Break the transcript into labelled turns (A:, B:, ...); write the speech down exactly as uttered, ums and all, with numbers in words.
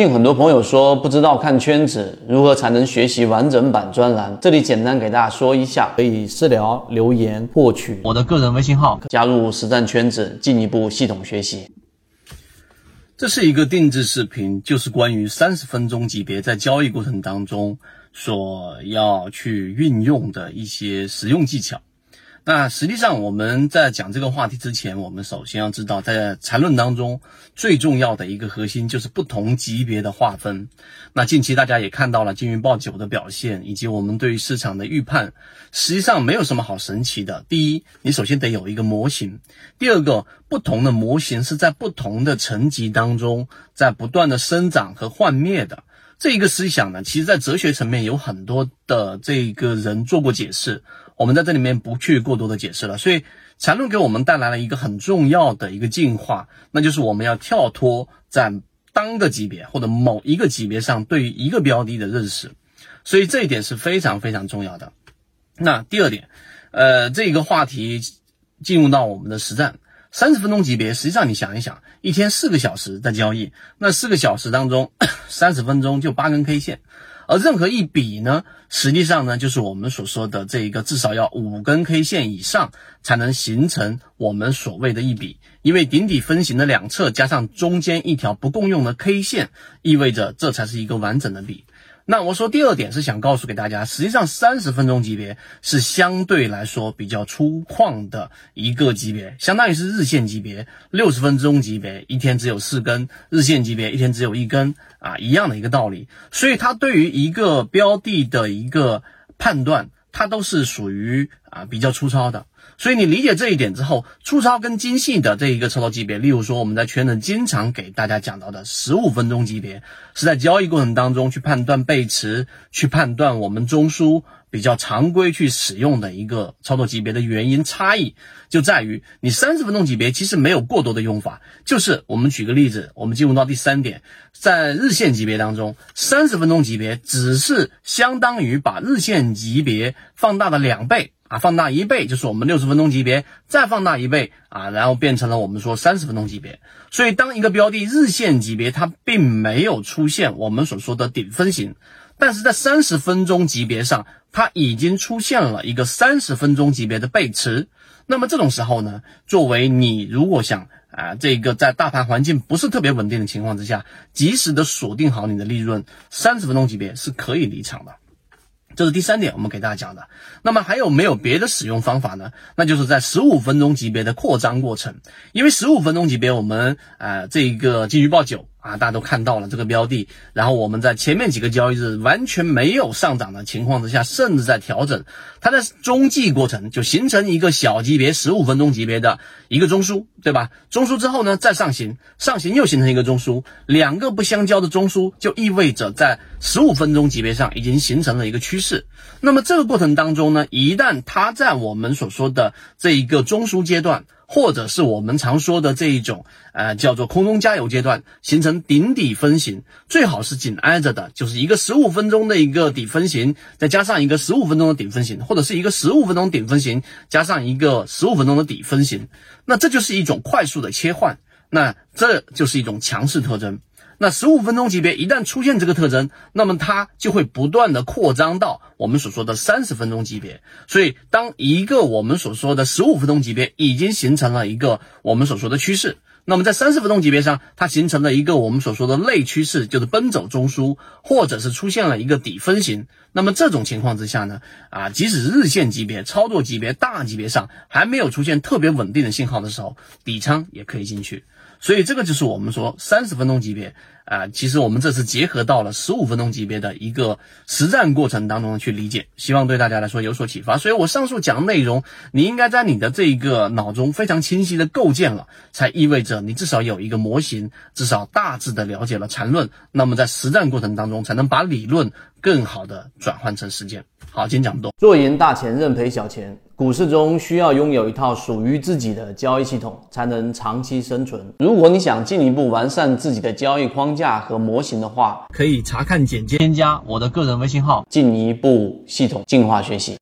A: 很多朋友说不知道看圈子如何才能学习完整版专栏，这里简单给大家说一下，可以私聊留言获取我的个人微信号，加入实战圈子，进一步系统学习。
B: 这是一个定制视频，就是关于三十分钟级别在交易过程当中所要去运用的一些实用技巧。那实际上我们在讲这个话题之前，我们首先要知道，在缠论当中最重要的一个核心就是不同级别的划分。那近期大家也看到了金鱼报九的表现，以及我们对于市场的预判，实际上没有什么好神奇的。第一，你首先得有一个模型；第二个，不同的模型是在不同的层级当中在不断的生长和幻灭的。这一个思想呢，其实在哲学层面有很多的这个人做过解释，我们在这里面不去过多的解释了。所以缠论给我们带来了一个很重要的一个进化，那就是我们要跳脱在单个级别或者某一个级别上对于一个标的的认识，所以这一点是非常非常重要的。那第二点，呃，这个话题进入到我们的实战。三十分钟级别，实际上你想一想，一天四个小时在交易，那四个小时当中三十分钟就八根 K 线，而任何一笔呢，实际上呢就是我们所说的这一个至少要五根 K 线以上才能形成我们所谓的一笔，因为顶底分型的两侧加上中间一条不共用的 K 线，意味着这才是一个完整的笔。那我说第二点是想告诉给大家，实际上三十分钟级别是相对来说比较粗犷的一个级别，相当于是日线级别，六十分钟级别一天只有四根，日线级别一天只有一根啊，一样的一个道理。所以它对于一个标的的一个判断，它都是属于啊比较粗糙的。所以你理解这一点之后，粗糙跟精细的这一个操作级别，例如说我们在圈内经常给大家讲到的十五分钟级别，是在交易过程当中去判断背驰，去判断我们中枢比较常规去使用的一个操作级别的原因差异，就在于你三十分钟级别其实没有过多的用法。就是我们举个例子，我们进入到第三点，在日线级别当中，三十分钟级别只是相当于把日线级别放大的两倍啊，放大一倍就是我们六十分钟级别，再放大一倍啊，然后变成了我们说三十分钟级别。所以当一个标的日线级别它并没有出现我们所说的顶分型，但是在三十分钟级别上，它已经出现了一个三十分钟级别的背驰。那么这种时候呢，作为你如果想啊，这个在大盘环境不是特别稳定的情况之下，及时的锁定好你的利润，三十分钟级别是可以离场的。这是第三点我们给大家讲的。那么还有没有别的使用方法呢？那就是在十五分钟级别的扩张过程。因为十五分钟级别我们呃这一个金鱼报九啊，大家都看到了这个标的，然后我们在前面几个交易日完全没有上涨的情况之下，甚至在调整，它在中继过程就形成一个小级别十五分钟级别的一个中枢，对吧？中枢之后呢再上行，上行又形成一个中枢，两个不相交的中枢就意味着在十五分钟级别上已经形成了一个趋势。那么这个过程当中呢，一旦它在我们所说的这一个中枢阶段，或者是我们常说的这一种呃叫做空中加油阶段，形成顶底分型，最好是紧挨着的，就是一个十五分钟的一个底分型，再加上一个十五分钟的顶分型，或者是一个十五分钟顶分型加上一个十五分钟的底分型。那这就是一种快速的切换，那这就是一种强势特征。那十五分钟级别一旦出现这个特征，那么它就会不断的扩张到我们所说的三十分钟级别。所以当一个我们所说的十五分钟级别已经形成了一个我们所说的趋势，那么在三十分钟级别上，它形成了一个我们所说的类趋势，就是奔走中枢，或者是出现了一个底分型。那么这种情况之下呢，啊，即使日线级别、操作级别、大级别上还没有出现特别稳定的信号的时候，底仓也可以进去。所以这个就是我们说三十分钟级别啊、呃，其实我们这次结合到了十五分钟级别的一个实战过程当中去理解，希望对大家来说有所启发。所以我上述讲的内容，你应该在你的这一个脑中非常清晰的构建了，才意味着你至少有一个模型，至少大致的了解了缠论，那么在实战过程当中才能把理论更好的转换成实践。好，今天讲不多。
A: 做赢大钱，认赔小钱。股市中需要拥有一套属于自己的交易系统，才能长期生存。如果你想进一步完善自己的交易框架和模型的话，
B: 可以查看简介，添加我的个人微信号，
A: 进一步系统进化学习。